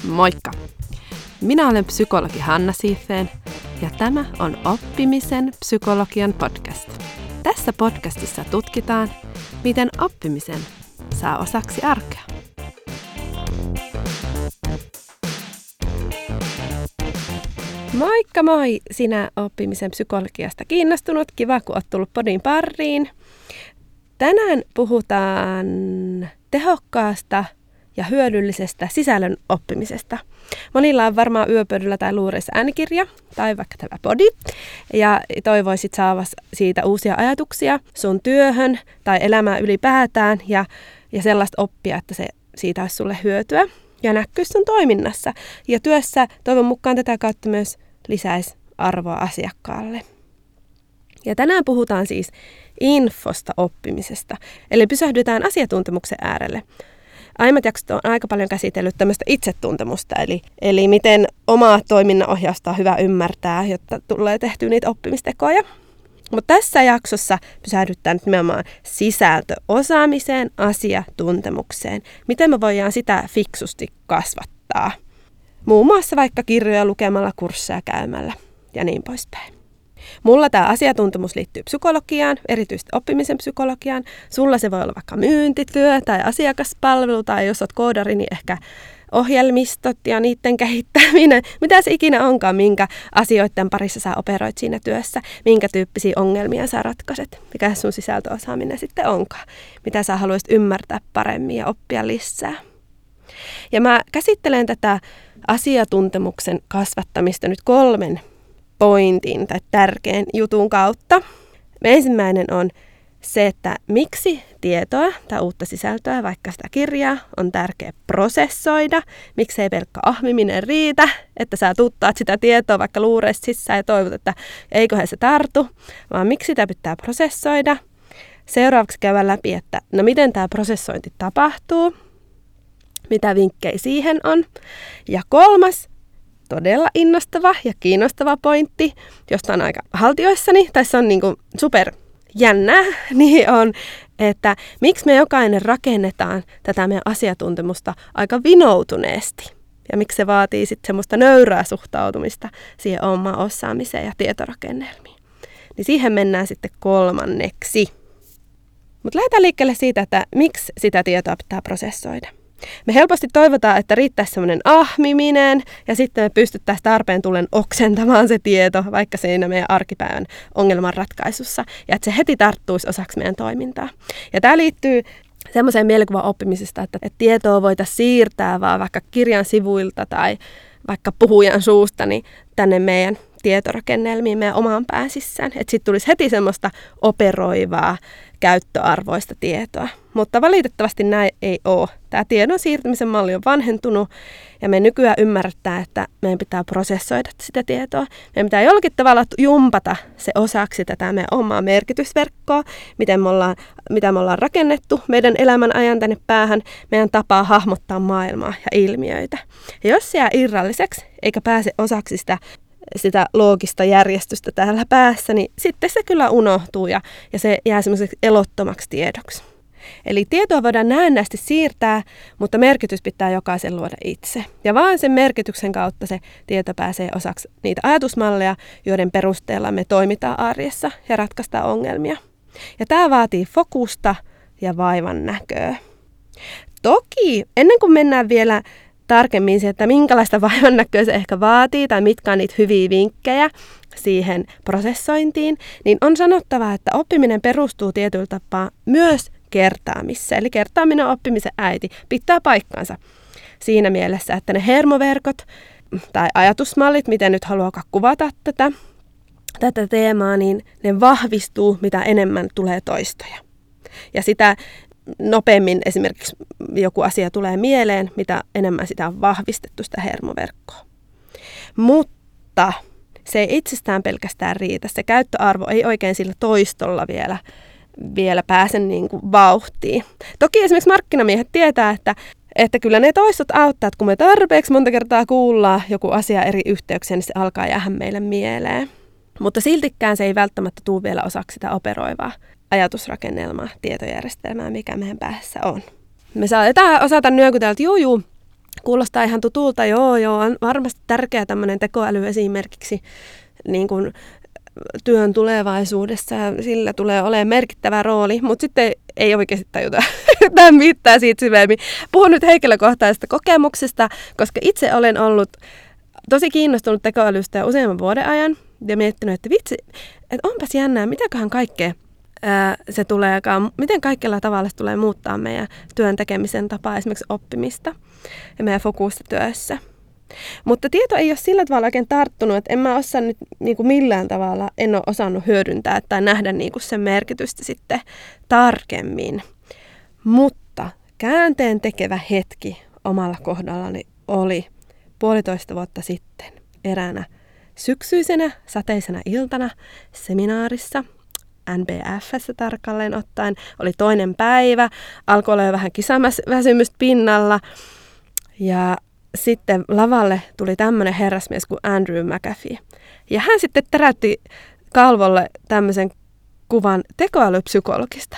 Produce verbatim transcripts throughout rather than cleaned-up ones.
Moikka! Minä olen psykologi Hanna Siifeen ja tämä on Oppimisen psykologian podcast. Tässä podcastissa tutkitaan, miten oppimisen saa osaksi arkea. Moikka moi! Sinä oppimisen psykologiasta kiinnostunut. Kiva, kun olet tullut podin pariin. Tänään puhutaan tehokkaasta ja hyödyllisestä sisällön oppimisesta. Monilla on varmaan yöpöydällä tai luureissa äänikirja tai vaikka tämä podi. Ja toivoisit saavasi siitä uusia ajatuksia sun työhön tai elämään ylipäätään ja, ja sellaista oppia, että se siitä olisi sulle hyötyä ja näkyisi sun toiminnassa. Ja työssä toivon mukaan tätä kautta myös lisäisi arvoa asiakkaalle. Ja tänään puhutaan siis infosta oppimisesta, eli pysähdytään asiantuntemuksen äärelle. Aiemmat jaksot on aika paljon käsitellyt tämmöistä itsetuntemusta, eli, eli miten omaa toiminnanohjausta on hyvä ymmärtää, jotta tulee tehtyä niitä oppimistekoja. Mutta tässä jaksossa pysähdytään nyt nimenomaan sisältöosaamiseen, asiantuntemukseen. Miten me voidaan sitä fiksusti kasvattaa. Muun muassa vaikka kirjoja lukemalla, kursseja käymällä ja niin poispäin. Mulla tämä asiantuntemus liittyy psykologiaan, erityisesti oppimisen psykologiaan. Sulla se voi olla vaikka myyntityö tai asiakaspalvelu tai jos olet koodari, niin ehkä ohjelmistot ja niiden kehittäminen. Mitä se ikinä onkaan, minkä asioiden parissa sä operoit siinä työssä, minkä tyyppisiä ongelmia sä ratkaiset, mikä sun sisältöosaaminen sitten onkaan, mitä sä haluaisit ymmärtää paremmin ja oppia lisää. Ja mä käsittelen tätä asiantuntemuksen kasvattamista nyt kolmen pointin tai tärkeän jutun kautta. Ensimmäinen on se, että miksi tietoa tai uutta sisältöä, vaikka sitä kirjaa, on tärkeä prosessoida. Miksi ei pelkkä ahmiminen riitä, että sä tuttaat sitä tietoa vaikka luureista sisään ja toivot, että eiköhän se tartu, vaan miksi sitä pitää prosessoida. Seuraavaksi käydään läpi, että no miten tämä prosessointi tapahtuu, mitä vinkkejä siihen on. Ja kolmas, todella innostava ja kiinnostava pointti, josta on aika haltioissani, tai se on niin kuin super jännää, niin on, että miksi me jokainen rakennetaan tätä meidän asiantuntemusta aika vinoutuneesti. Ja miksi se vaatii sitten semmoista nöyrää suhtautumista siihen omaan osaamiseen ja tietorakennelmiin. Niin siihen mennään sitten kolmanneksi. Mutta lähdetään liikkeelle siitä, että miksi sitä tietoa pitää prosessoida. Me helposti toivotaan, että riittäisi semmoinen ahmiminen ja sitten me pystyttäisiin tarpeen tullen oksentamaan se tieto, vaikka siinä meidän arkipäivän ongelmanratkaisussa, ja että se heti tarttuisi osaksi meidän toimintaa. Ja tämä liittyy semmoiseen mielikuvan oppimisesta, että, että tietoa voitaisiin siirtää vaan vaikka kirjan sivuilta tai vaikka puhujan suusta niin tänne meidän tietorakennelmiin, meidän omaan pään sisään. Että sitten tulisi heti semmoista operoivaa, käyttöarvoista tietoa. Mutta valitettavasti näin ei ole. Tämä tiedon siirtymisen malli on vanhentunut ja me nykyään ymmärretään, että meidän pitää prosessoida sitä tietoa. Meidän pitää jollakin tavalla jumpata se osaksi tätä meidän omaa merkitysverkkoa, miten me ollaan, mitä me ollaan rakennettu meidän elämän ajan tänne päähän, meidän tapaa hahmottaa maailmaa ja ilmiöitä. Ja jos se jää irralliseksi eikä pääse osaksi sitä sitä loogista järjestystä täällä päässä, niin sitten se kyllä unohtuu ja, ja se jää semmoiseksi elottomaksi tiedoksi. Eli tietoa voidaan näennäisesti siirtää, mutta merkitys pitää jokaisen luoda itse. Ja vaan sen merkityksen kautta se tieto pääsee osaksi niitä ajatusmalleja, joiden perusteella me toimitaan arjessa ja ratkaistaan ongelmia. Ja tämä vaatii fokusta ja vaivan näköä. Toki ennen kuin mennään vielä tarkemmin se, että minkälaista vaivannäköä se ehkä vaatii tai mitkä on niitä hyviä vinkkejä siihen prosessointiin, niin on sanottava, että oppiminen perustuu tietyllä tapaa myös kertaamiseen. Eli kertaaminen on oppimisen äiti, pitää paikkansa siinä mielessä, että ne hermoverkot tai ajatusmallit, miten nyt haluaa kuvata tätä, tätä teemaa, niin ne vahvistuu, mitä enemmän tulee toistoja. Ja sitä nopeammin esimerkiksi joku asia tulee mieleen, mitä enemmän sitä on vahvistettu sitä hermoverkkoa. Mutta se ei itsestään pelkästään riitä. Se käyttöarvo ei oikein sillä toistolla vielä, vielä pääse niin kuin vauhtiin. Toki esimerkiksi markkinamiehet tietää, että, että kyllä ne toistot auttaa, että kun me tarpeeksi monta kertaa kuullaan joku asia eri yhteyksiä, niin se alkaa jäädä meille mieleen. Mutta siltikään se ei välttämättä tule vielä osaksi sitä operoivaa ajatusrakennelmaa, tietojärjestelmää, mikä meidän päässä on. Me saatetaan osata nyökytellä, että juu, juu, kuulostaa ihan tutulta, joo, joo, on varmasti tärkeä tämmöinen tekoäly esimerkiksi niin kuin työn tulevaisuudessa ja sillä tulee olemaan merkittävä rooli, mutta sitten ei oikeasti tajuta yhtään mitään siitä syvemmin. Puhun nyt henkilökohtaisesta kokemuksesta, koska itse olen ollut tosi kiinnostunut tekoälystä jo useamman vuoden ajan ja miettinyt, että vitsi, että onpas jännää, mitäköhän kaikkea ää, se tulee, miten kaikilla tavalla se tulee muuttaa meidän työn tekemisen tapaa, esimerkiksi oppimista ja meidän fokusta työssä. Mutta tieto ei ole sillä tavalla oikein tarttunut, että en mä osaa nyt niin kuin millään tavalla, en ole osannut hyödyntää tai nähdä niin kuin sen merkitystä sitten tarkemmin. Mutta käänteen tekevä hetki omalla kohdallani oli puolitoista vuotta sitten eräänä syksyisenä sateisena iltana seminaarissa, N B F:ssä tarkalleen ottaen. Oli toinen päivä, alkoi olla jo vähän kisaväsymystä pinnalla ja sitten lavalle tuli tämmöinen herrasmies kuin Andrew McAfee. Ja hän sitten täräytti kalvolle tämmöisen kuvan tekoälypsykologista.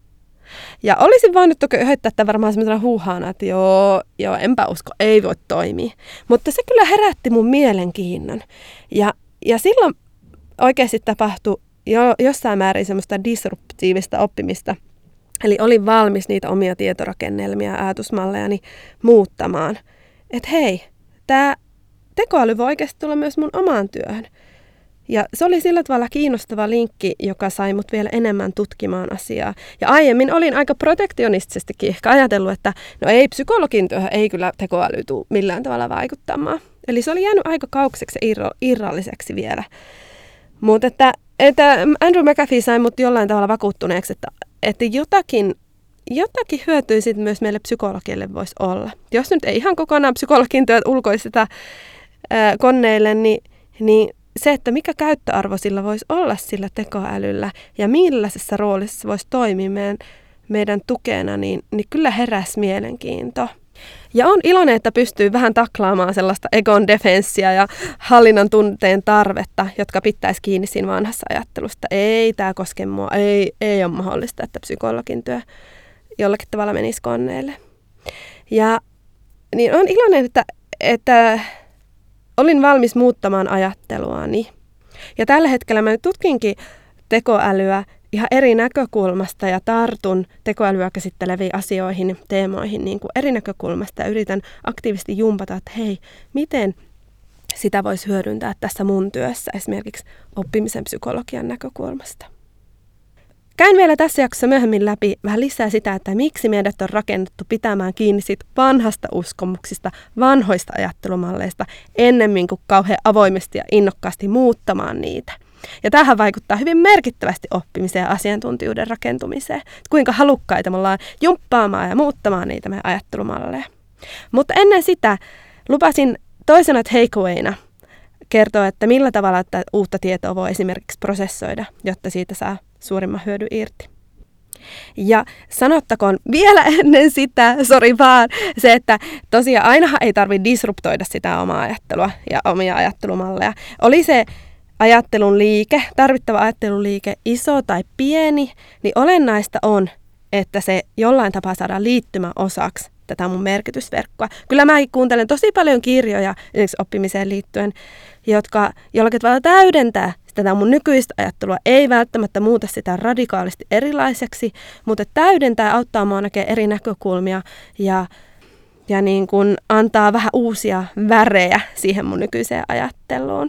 Ja olisin voinut toki yhdettää tämän varmaan semmoisena huuhaana, että joo, joo, enpä usko, ei voi toimia. Mutta se kyllä herätti mun mielenkiinnon. Ja, ja silloin oikeasti tapahtui jo, jossain määrin semmoista disruptiivista oppimista. Eli olin valmis niitä omia tietorakennelmia ja ajatusmallejani muuttamaan. Että hei, tämä tekoäly voi oikeasti tulla myös mun omaan työhön. Ja se oli sillä tavalla kiinnostava linkki, joka sai mut vielä enemmän tutkimaan asiaa. Ja aiemmin olin aika protektionistisestikin ehkä ajatellut, että no ei, psykologin työhön ei kyllä tekoäly tule millään tavalla vaikuttamaan. Eli se oli jäänyt aika kaukseksi ja irra- irralliseksi vielä. Mutta että, että Andrew McAfee sai mut jollain tavalla vakuuttuneeksi, että, että jotakin Jotakin hyötyä sitten myös meille psykologille voisi olla. Jos nyt ei ihan kokonaan psykologin työt ulkoisteta ää, koneille, niin, niin se, että mikä käyttöarvo sillä voisi olla sillä tekoälyllä ja millaisessa roolissa se voisi toimia meidän, meidän tukena, niin, niin kyllä heräsi mielenkiinto. Ja on iloinen, että pystyy vähän taklaamaan sellaista egon defenssiä ja hallinnan tunteen tarvetta, jotka pitäisi kiinni siinä vanhassa ajattelusta. Ei tämä koske mua, ei, ei ole mahdollista, että psykologin työ jollakin tavalla menisi koneelle. Ja niin on iloinen, että, että olin valmis muuttamaan ajatteluani. Ja tällä hetkellä mä tutkinkin tekoälyä ihan eri näkökulmasta ja tartun tekoälyä käsitteleviin asioihin, teemoihin niin kuin eri näkökulmasta ja yritän aktiivisesti jumpata, että hei, miten sitä voisi hyödyntää tässä mun työssä esimerkiksi oppimisen psykologian näkökulmasta. Käyn vielä tässä jaksossa myöhemmin läpi vähän lisää sitä, että miksi meidät on rakennettu pitämään kiinni siitä vanhasta uskomuksista, vanhoista ajattelumalleista, ennemmin kuin kauhean avoimesti ja innokkaasti muuttamaan niitä. Ja tämähän vaikuttaa hyvin merkittävästi oppimiseen ja asiantuntijuuden rakentumiseen. Että kuinka halukkaita me ollaan jumppaamaan ja muuttamaan niitä meidän ajattelumalleja. Mutta ennen sitä lupasin toisena takeawayna kertoa, että millä tavalla että uutta tietoa voi esimerkiksi prosessoida, jotta siitä saa suurimman hyödyn irti. Ja sanottakoon vielä ennen sitä, sori vaan, se, että tosiaan ainahan ei tarvitse disruptoida sitä omaa ajattelua ja omia ajattelumalleja. Oli se ajattelun liike, tarvittava ajattelun liike, iso tai pieni, niin olennaista on, että se jollain tapaa saadaan liittymään osaksi tätä mun merkitysverkkoa. Kyllä mä kuuntelen tosi paljon kirjoja esimerkiksi oppimiseen liittyen, jotka jollakin tavalla täydentää tätä mun nykyistä ajattelua, ei välttämättä muuta sitä radikaalisti erilaiseksi, mutta täydentää, auttaa mua näkemään eri näkökulmia ja, ja niin kuin antaa vähän uusia värejä siihen mun nykyiseen ajatteluun.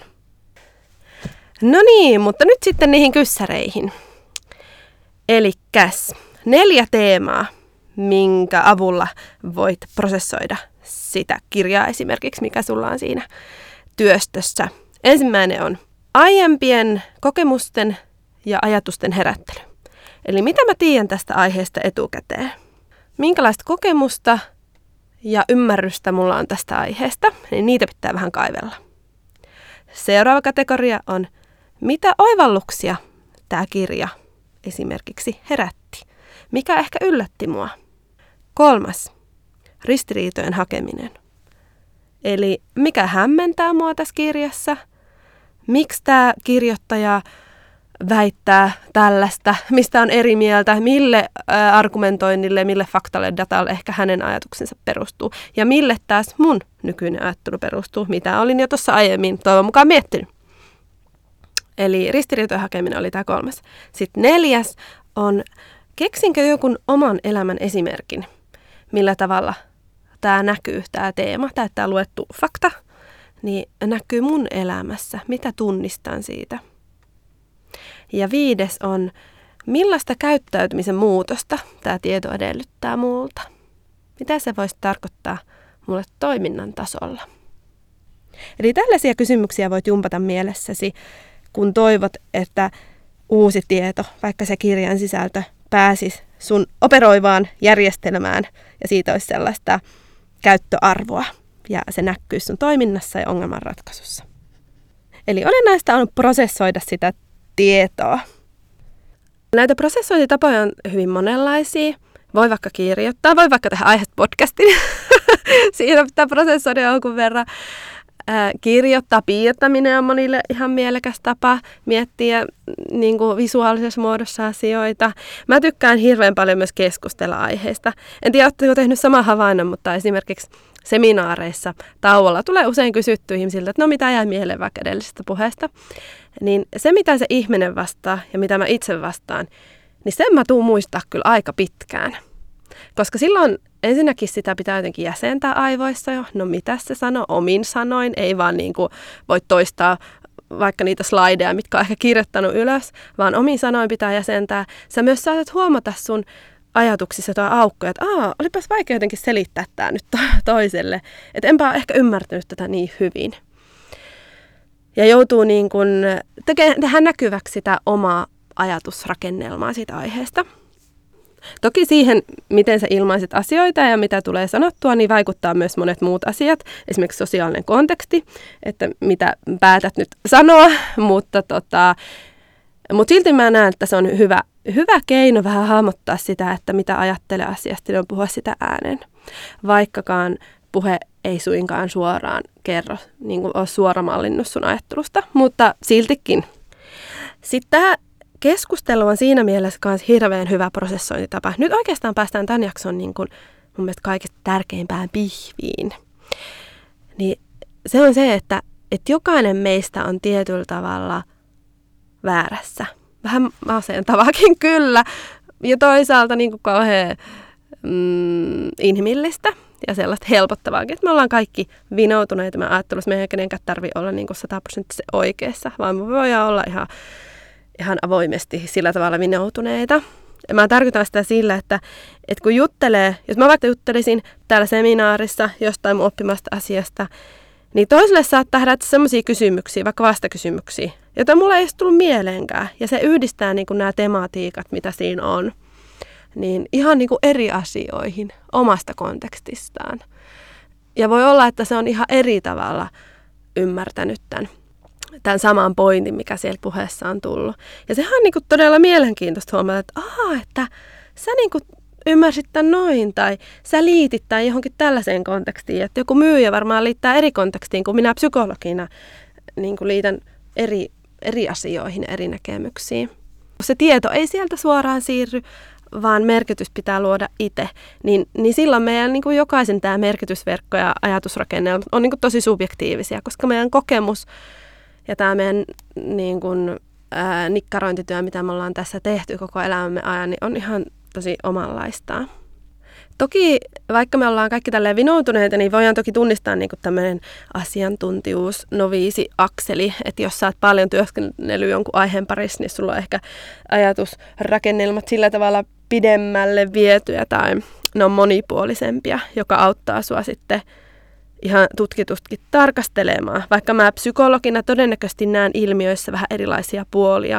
No niin, mutta nyt sitten niihin kyssäreihin. Elikkäs neljä teemaa, minkä avulla voit prosessoida sitä kirjaa esimerkiksi, mikä sulla on siinä työstössä. Ensimmäinen on aiempien kokemusten ja ajatusten herättely. Eli mitä mä tiedän tästä aiheesta etukäteen? Minkälaista kokemusta ja ymmärrystä mulla on tästä aiheesta, niin niitä pitää vähän kaivella. Seuraava kategoria on, mitä oivalluksia tämä kirja esimerkiksi herätti? Mikä ehkä yllätti mua? Kolmas, ristiriitojen hakeminen. Eli mikä hämmentää mua tässä kirjassa? Miksi tämä kirjoittaja väittää tällaista, mistä on eri mieltä, mille ää, argumentoinnille, mille faktalle, datalle ehkä hänen ajatuksensa perustuu ja mille taas mun nykyinen ajattelu perustuu, mitä olin jo tuossa aiemmin toivon mukaan miettinyt. Eli ristiriitojen hakeminen oli tämä kolmas. Sitten neljäs on, keksinkö jonkun oman elämän esimerkin, millä tavalla tämä näkyy, tämä teema, tämä luettu fakta, niin näkyy mun elämässä, mitä tunnistan siitä. Ja viides on, millaista käyttäytymisen muutosta tämä tieto edellyttää multa. Mitä se voisi tarkoittaa mulle toiminnan tasolla. Eli tällaisia kysymyksiä voit jumpata mielessäsi, kun toivot, että uusi tieto, vaikka se kirjan sisältö, pääsisi sun operoivaan järjestelmään ja siitä olisi sellaista käyttöarvoa ja se näkyy sun toiminnassa ja ongelmanratkaisussa. Eli olennaista on prosessoida sitä tietoa. Näitä prosessointitapoja on hyvin monenlaisia. Voi vaikka kirjoittaa, voi vaikka tehdä aiheesta podcastin. Siinä pitää prosessoida jonkun verran. Ää, kirjoittaa, piirtäminen on monille ihan mielekäs tapa miettiä niin kuin visuaalisessa muodossa asioita. Mä tykkään hirveän paljon myös keskustella aiheista. En tiedä, oletteko tehnyt saman havainnon, mutta esimerkiksi seminaareissa tauolla tulee usein kysyttyä ihmisiltä, että no mitä jäi mieleen vaikka edellisestä puheesta. Niin se, mitä se ihminen vastaa ja mitä mä itse vastaan, niin sen mä tuun muistaa kyllä aika pitkään. Koska silloin ensinnäkin sitä pitää jotenkin jäsentää aivoissa jo. No mitä se sanoo omin sanoin, ei vaan niin kuin voi toistaa vaikka niitä slideja, mitkä on ehkä kirjoittanut ylös, vaan omin sanoin pitää jäsentää. Sä myös saatat huomata sun ajatuksissa jotain aukkoja, että aah, olipas vaikea jotenkin selittää tämä nyt toiselle. Että enpä ole ehkä ymmärtänyt tätä niin hyvin. Ja joutuu niin kuin tehdä näkyväksi sitä omaa ajatusrakennelmaa siitä aiheesta. Toki siihen, miten sä ilmaiset asioita ja mitä tulee sanottua, niin vaikuttaa myös monet muut asiat. Esimerkiksi sosiaalinen konteksti, että mitä päätät nyt sanoa, mutta, tota, mutta silti mä näen, että se on hyvä, hyvä keino vähän hahmottaa sitä, että mitä ajattelee asiasta, niin on puhua sitä ääneen. Vaikkakaan puhe ei suinkaan suoraan kerro, niin kuin ole suora mallinnus sun ajattelusta, mutta siltikin. Sitten tämä keskustelu on siinä mielessä myös hirveän hyvä prosessointitapa. Nyt oikeastaan päästään tämän jakson niin kuin mun mielestä kaikista tärkeimpään pihviin. Niin se on se, että, että jokainen meistä on tietyllä tavalla väärässä. Vähän masentavaakin kyllä. Ja toisaalta niin kuin kauhean mm, inhimillistä ja sellaista helpottavaakin, että me ollaan kaikki vinoutuneita. Mä ajattelussa, meidän ei kenenkään tarvitse olla niin kuin sataprosenttisesti oikeassa, vaan me voidaan olla ihan ihan avoimesti sillä tavalla vinoutuneita. Ja mä tarkoitan sitä sillä, että, että kun juttelee, jos mä vaikka juttelisin täällä seminaarissa jostain mun oppimasta asiasta, niin toiselle saattaa herätä sellaisia kysymyksiä, vaikka vastakysymyksiä, joita mulla ei edes tullut mieleenkään. Ja se yhdistää niin kuin nämä tematiikat, mitä siinä on, niin ihan niin kuin eri asioihin omasta kontekstistaan. Ja voi olla, että se on ihan eri tavalla ymmärtänyt tämän. tämän saman pointin, mikä siellä puheessa on tullut. Ja sehän on niinku todella mielenkiintoista huomata, että aha, että sä niinku ymmärsit tämän noin, tai sä liitit tämän johonkin tällaiseen kontekstiin, että joku myyjä varmaan liittää eri kontekstiin, kuin minä psykologina niinku liitän eri, eri asioihin, eri näkemyksiin. Se tieto ei sieltä suoraan siirry, vaan merkitys pitää luoda itse, niin, niin silloin meidän niin kuin jokaisen tämä merkitysverkko ja ajatusrakenne on niin kuin tosi subjektiivisia, koska meidän kokemus ja tämä meidän niin kuin, ää, nikkarointityö, mitä me ollaan tässä tehty koko elämämme ajan, niin on ihan tosi omanlaistaan. Toki vaikka me ollaan kaikki tälleen vinoutuneita, niin voidaan toki tunnistaa niin kuin tämmöinen asiantuntijuus, noviisi, akseli, että jos sä oot paljon työskennellyt jonkun aiheen parissa, niin sulla on ehkä ajatusrakennelmat sillä tavalla pidemmälle vietyjä tai ne on monipuolisempia, joka auttaa sua sitten ihan tutkitustikin tarkastelemaan. Vaikka mä psykologina todennäköisesti näen ilmiöissä vähän erilaisia puolia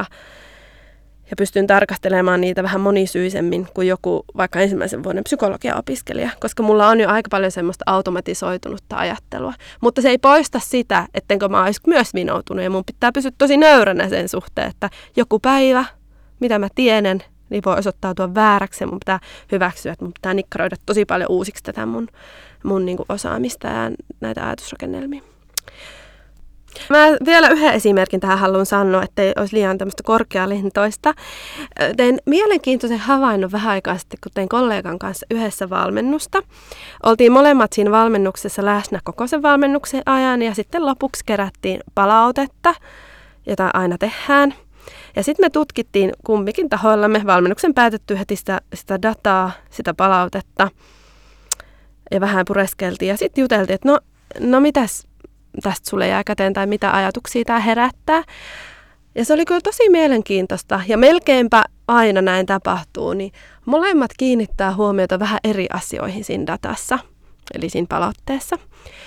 ja pystyn tarkastelemaan niitä vähän monisyisemmin kuin joku vaikka ensimmäisen vuoden psykologia-opiskelija, koska mulla on jo aika paljon semmoista automatisoitunutta ajattelua. Mutta se ei poista sitä, ettenkö mä olisi myös vinoutunut ja mun pitää pysyä tosi nöyränä sen suhteen, että joku päivä, mitä mä tiedän, niin voi osoittautua vääräksi ja mun pitää hyväksyä, että mun pitää nikkaroida tosi paljon uusiksi tätä mun, mun niin kuin osaamista ja näitä ajatusrakennelmia. Mä vielä yhden esimerkin tähän haluan sanoa, ettei olisi liian tämmöistä korkealintoista. Tein mielenkiintoisen havainnon vähän aikaa sitten, kun tein kollegan kanssa yhdessä valmennusta. Oltiin molemmat siinä valmennuksessa läsnä koko sen valmennuksen ajan ja sitten lopuksi kerättiin palautetta, jota aina tehdään. Ja sitten me tutkittiin kumpikin tahoillamme valmennuksen päätetty heti sitä, sitä dataa, sitä palautetta ja vähän pureskeltiin ja sitten juteltiin, että no, no mitäs tästä sulle jää käteen tai mitä ajatuksia tämä herättää. Ja se oli kyllä tosi mielenkiintoista ja melkeinpä aina näin tapahtuu, niin molemmat kiinnittää huomiota vähän eri asioihin siinä datassa, eli siinä palautteessa.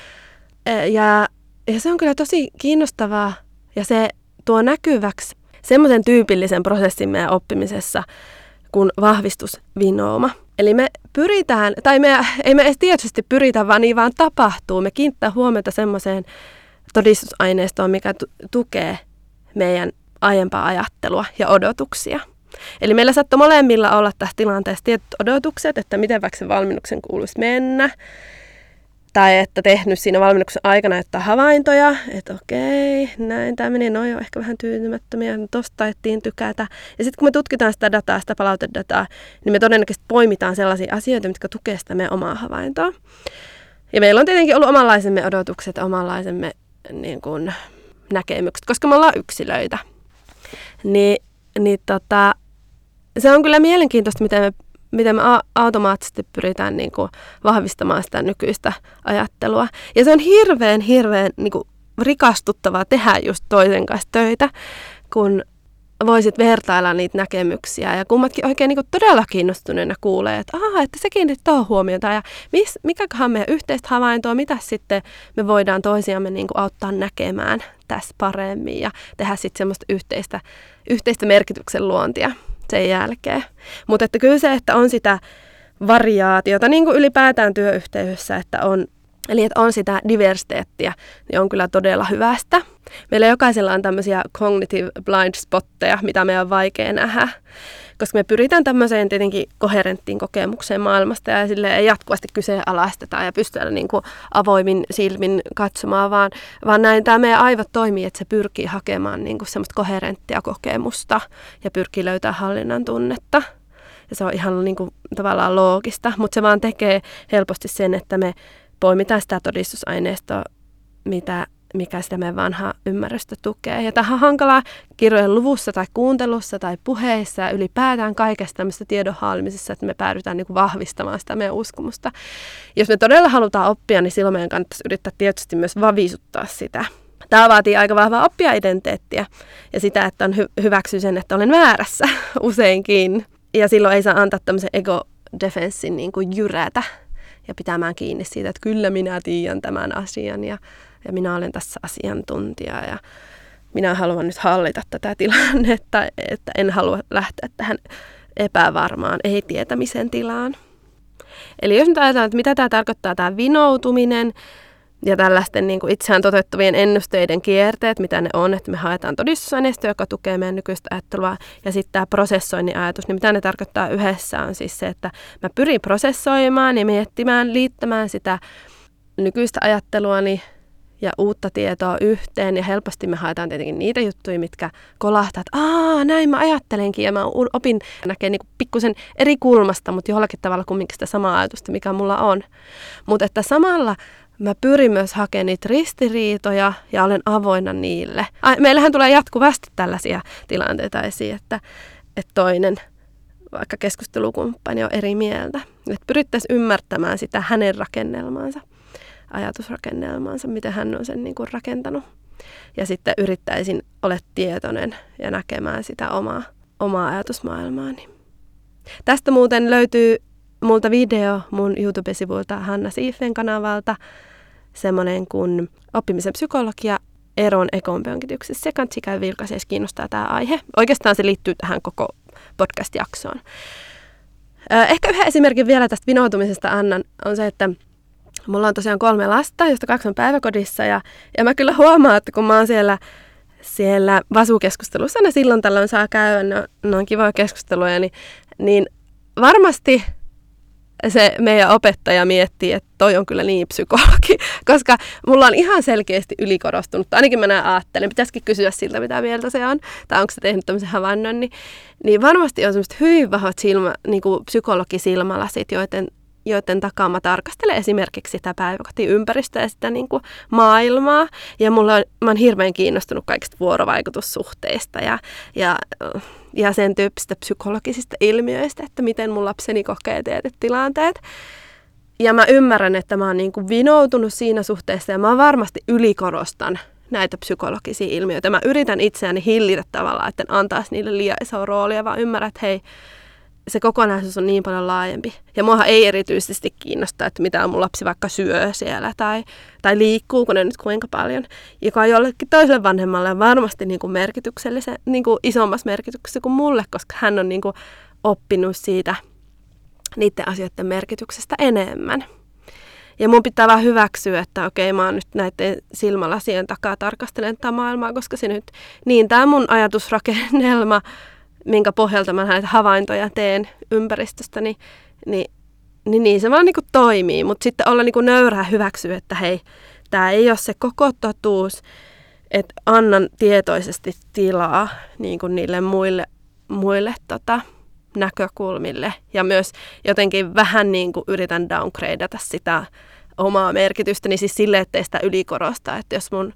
Ja, ja se on kyllä tosi kiinnostavaa ja se tuo näkyväksi semmoisen tyypillisen prosessin meidän oppimisessa kuin vahvistusvinooma. Eli me pyritään, tai me ei me edes tietysti pyritä, vaan niin vaan tapahtuu. Me kiinnittää huomiota semmoiseen todistusaineistoon, mikä tu- tukee meidän aiempaa ajattelua ja odotuksia. Eli meillä saattoi molemmilla olla tässä tilanteessa tietyt odotukset, että miten vaikka sen valmennuksen kuuluisi mennä. Tai että tehnyt siinä valmennuksen aikana jotain havaintoja, että okei, näin tämä meni, no joo, ehkä vähän tyytymättömiä, tosta taidettiin tykätä. Ja sitten kun me tutkitaan sitä dataa, sitä palautedataa, niin me todennäköisesti poimitaan sellaisia asioita, mitkä tukevat sitä meidän omaa havaintoa. Ja meillä on tietenkin ollut omanlaisemme odotukset, omanlaisemme niin kuin, näkemykset, koska me ollaan yksilöitä. Ni, niin tota, se on kyllä mielenkiintoista, miten me miten me automaattisesti pyritään niin kuin vahvistamaan sitä nykyistä ajattelua. Ja se on hirveän, hirveän niin kuin rikastuttavaa tehdä just toisen kanssa töitä, kun voisit vertailla niitä näkemyksiä. Ja kummatkin oikein niin kuin todella kiinnostuneena kuulee, että aha, että se kiinnitti tuohon huomiota. Ja mis, mikäköhän meidän yhteistä havaintoa, mitä sitten me voidaan toisiamme niin kuin auttaa näkemään tässä paremmin ja tehdä sitten semmoista yhteistä, yhteistä merkityksen luontia sen jälkeen. Mutta että kyllä se, että on sitä variaatiota, niin kuin ylipäätään työyhteisössä, että on, eli että on sitä diversiteettiä, niin on kyllä todella hyvästä. Meillä jokaisella on tämmöisiä cognitive blind spotteja, mitä meidän on vaikea nähdä, koska me pyritään tämmöiseen tietenkin koherenttiin kokemukseen maailmasta ja sille ei jatkuvasti kyseenalaistetaan ja pystytään niin kuin avoimin silmin katsomaan, vaan, vaan näin tämä meidän aivot toimii, että se pyrkii hakemaan niin kuin semmoista koherenttia kokemusta ja pyrkii löytämään hallinnan tunnetta. Ja se on ihan niin kuin tavallaan loogista, mutta se vaan tekee helposti sen, että me poimitaan sitä todistusaineistoa, mitä mikä sitä meidän vanhaa ymmärrystä tukee. Ja tähän on hankalaa kirjojen luvussa tai kuuntelussa tai puheissa ja ylipäätään kaikesta tämmöistä tiedon haalimisessa, että me päädytään niin kuin vahvistamaan sitä meidän uskomusta. Jos me todella halutaan oppia, niin silloin meidän kannattaisi yrittää tietysti myös vavisuttaa sitä. Tämä vaatii aika vahvaa oppija-identiteettiä ja sitä, että on hy- hyväksyy sen, että olen väärässä useinkin. Ja silloin ei saa antaa tämmöisen ego-defenssin niin kuin jyrätä ja pitämään kiinni siitä, että kyllä minä tiedän tämän asian ja Ja minä olen tässä asiantuntija ja minä haluan nyt hallita tätä tilannetta, että en halua lähteä tähän epävarmaan, ei-tietämisen tilaan. Eli jos nyt ajatellaan, että mitä tämä tarkoittaa, tämä vinoutuminen ja tällaisten niin kuin itseään toteuttuvien ennusteiden kierteet, mitä ne on, että me haetaan todistusaineistoa, joka tukee meidän nykyistä ajattelua, ja sitten tämä prosessoinnin ajatus, niin mitä ne tarkoittaa yhdessä on siis se, että mä pyrin prosessoimaan ja miettimään, liittämään sitä nykyistä ajatteluani ja uutta tietoa yhteen, ja helposti me haetaan tietenkin niitä juttuja, mitkä kolahtaa, että aah, näin mä ajattelenkin, ja mä opin näkee niin kuin pikkusen eri kulmasta, mutta jollakin tavalla kumminkin sitä samaa ajatusta, mikä mulla on. Mutta että samalla mä pyrin myös hakemaan niitä ristiriitoja, ja olen avoinna niille. Meillähän tulee jatkuvasti tällaisia tilanteita esiin, että, että toinen, vaikka keskustelukumppani, on eri mieltä. Että pyrittäisiin ymmärtämään sitä hänen rakennelmaansa. ajatusrakennelmaansa, miten hän on sen niin kuin rakentanut. Ja sitten yrittäisin olla tietoinen ja näkemään sitä omaa, omaa ajatusmaailmaani. Tästä muuten löytyy multa video mun YouTube-sivuilta Hanna Siifen kanavalta, semmoinen kuin oppimisen psykologia eron ekonpönkityksessä. Se kannattaa käy vilkaisen, jos kiinnostaa tämä aihe. Oikeastaan se liittyy tähän koko podcast-jaksoon. Ehkä yhden esimerkin vielä tästä vinoutumisesta annan on se, että mulla on tosiaan kolme lasta, josta kaksi on päiväkodissa, ja, ja mä kyllä huomaan, että kun mä oon siellä, siellä vasukeskustelussa, ne silloin tällöin saa käydä, ne on, ne on kivoja keskusteluja, niin, niin varmasti se meidän opettaja miettii, että toi on kyllä niin psykologi, koska mulla on ihan selkeästi ylikorostunut, ainakin mä näin ajattelen, pitäisikin kysyä siltä, mitä mieltä se on, tai onko se tehnyt tämmöisen havainnon, niin, niin varmasti on semmoiset hyvin vahvat silmä, niin kuin psykologisilmälasit, joiden, joiden takaa mä tarkastelen esimerkiksi sitä päiväkotiympäristöä ja sitä niin kuin maailmaa, ja mulla on, mä oon hirveän kiinnostunut kaikista vuorovaikutussuhteista ja, ja ja sen tyyppisistä psykologisista ilmiöistä, että miten mun lapseni kokee tietyt tilanteet. Ja mä ymmärrän, että mä oon niin kuin vinoutunut siinä suhteessa ja mä varmasti ylikorostan näitä psykologisia ilmiöitä. Mä yritän itseäni hillitä tavallaan, että en antaisi niille liian isoa roolia, vaan ymmärrän, että hei, se kokonaisuus on niin paljon laajempi. Ja muahan ei erityisesti kiinnosta, että mitä mun lapsi vaikka syö siellä tai, tai liikkuuko ne nyt kuinka paljon. Joka on jollekin toiselle vanhemmalle varmasti niin kuin merkityksellisen, niin kuin isommassa merkityksessä kuin mulle, koska hän on niin kuin oppinut siitä niiden asioiden merkityksestä enemmän. Ja mun pitää vaan hyväksyä, että okei, mä oon nyt näiden silmälasien takaa tarkastelen tätä maailmaa, koska se nyt, niin tämä mun ajatusrakennelma, minkä pohjalta mä näitä havaintoja teen ympäristöstä, niin, niin, niin, niin se vaan niin kuin toimii. Mutta sitten olla niin kuin nöyrää hyväksyä, että hei, tämä ei ole se koko totuus, että annan tietoisesti tilaa niin kuin niille muille, muille tota, näkökulmille. Ja myös jotenkin vähän niin kuin yritän downgradata sitä omaa merkitystä, niin siis sille, ettei sitä ylikorosta, että jos mun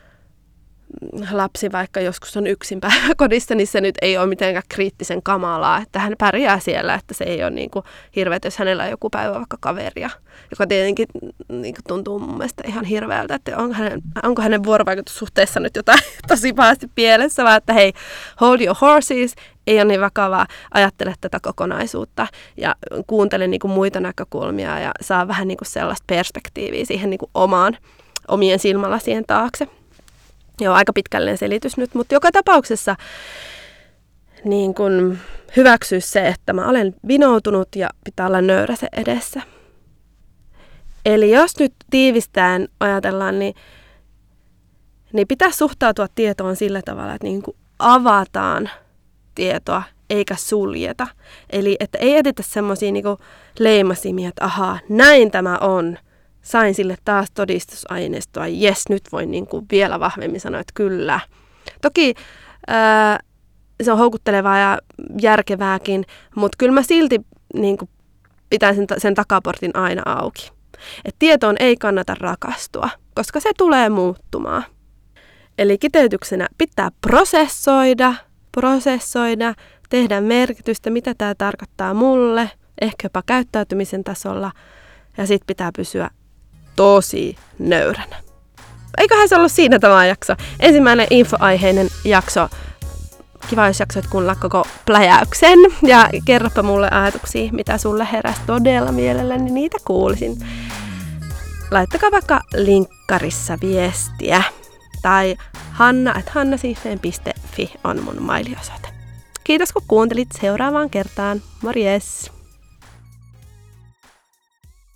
lapsi vaikka joskus on yksin päiväkodissa, niin se nyt ei ole mitenkään kriittisen kamalaa, että hän pärjää siellä, että se ei ole niin kuin hirveä, jos hänellä on joku päivä vaikka kaveria, joka tietenkin niin kuin tuntuu mun mielestä ihan hirveältä, että onko hänen, onko hänen vuorovaikutussuhteessa nyt jotain tosi pahasti pielessä, vaan että hei, hold your horses, ei ole niin vakavaa, ajattele tätä kokonaisuutta ja kuuntele niin kuin muita näkökulmia ja saa vähän niin kuin sellaista perspektiiviä siihen niin kuin omaan, omien silmälasien taakse. Joo, aika pitkällinen selitys nyt, mutta joka tapauksessa niin kun hyväksyä se, että mä olen vinoutunut ja pitää olla nöyrä se edessä. Eli jos nyt tiivistään ajatellaan, niin, niin pitää suhtautua tietoon sillä tavalla, että niin kun avataan tietoa eikä suljeta. Eli että ei etitä semmoisia niin kun leimasimia, että ahaa, näin tämä on. Sain sille taas todistusaineistoa, jes, nyt voin niin kuin vielä vahvemmin sanoa, että kyllä. Toki ää, se on houkuttelevaa ja järkevääkin, mutta kyllä mä silti niin kuin pitän sen, sen takaportin aina auki. Et tietoon ei kannata rakastua, koska se tulee muuttumaan. Eli kiteytyksenä pitää prosessoida, prosessoida, tehdä merkitystä, mitä tämä tarkoittaa mulle, ehkä jopa käyttäytymisen tasolla, ja sitten pitää pysyä tosi nöyränä. Eiköhän se ollut siinä tämä jakso. Ensimmäinen infoaiheinen jakso. Kiva, jos jaksoit kuunnella koko pläjäyksen. Ja kerropa mulle ajatuksia, mitä sulle heräsi todella mielelläni, niin niitä kuulisin. Laittakaa vaikka linkkarissa viestiä. Tai hanna at hannasiifeen piste fi on mun mailiosoite. Kiitos kun kuuntelit, seuraavaan kertaan. Morjes!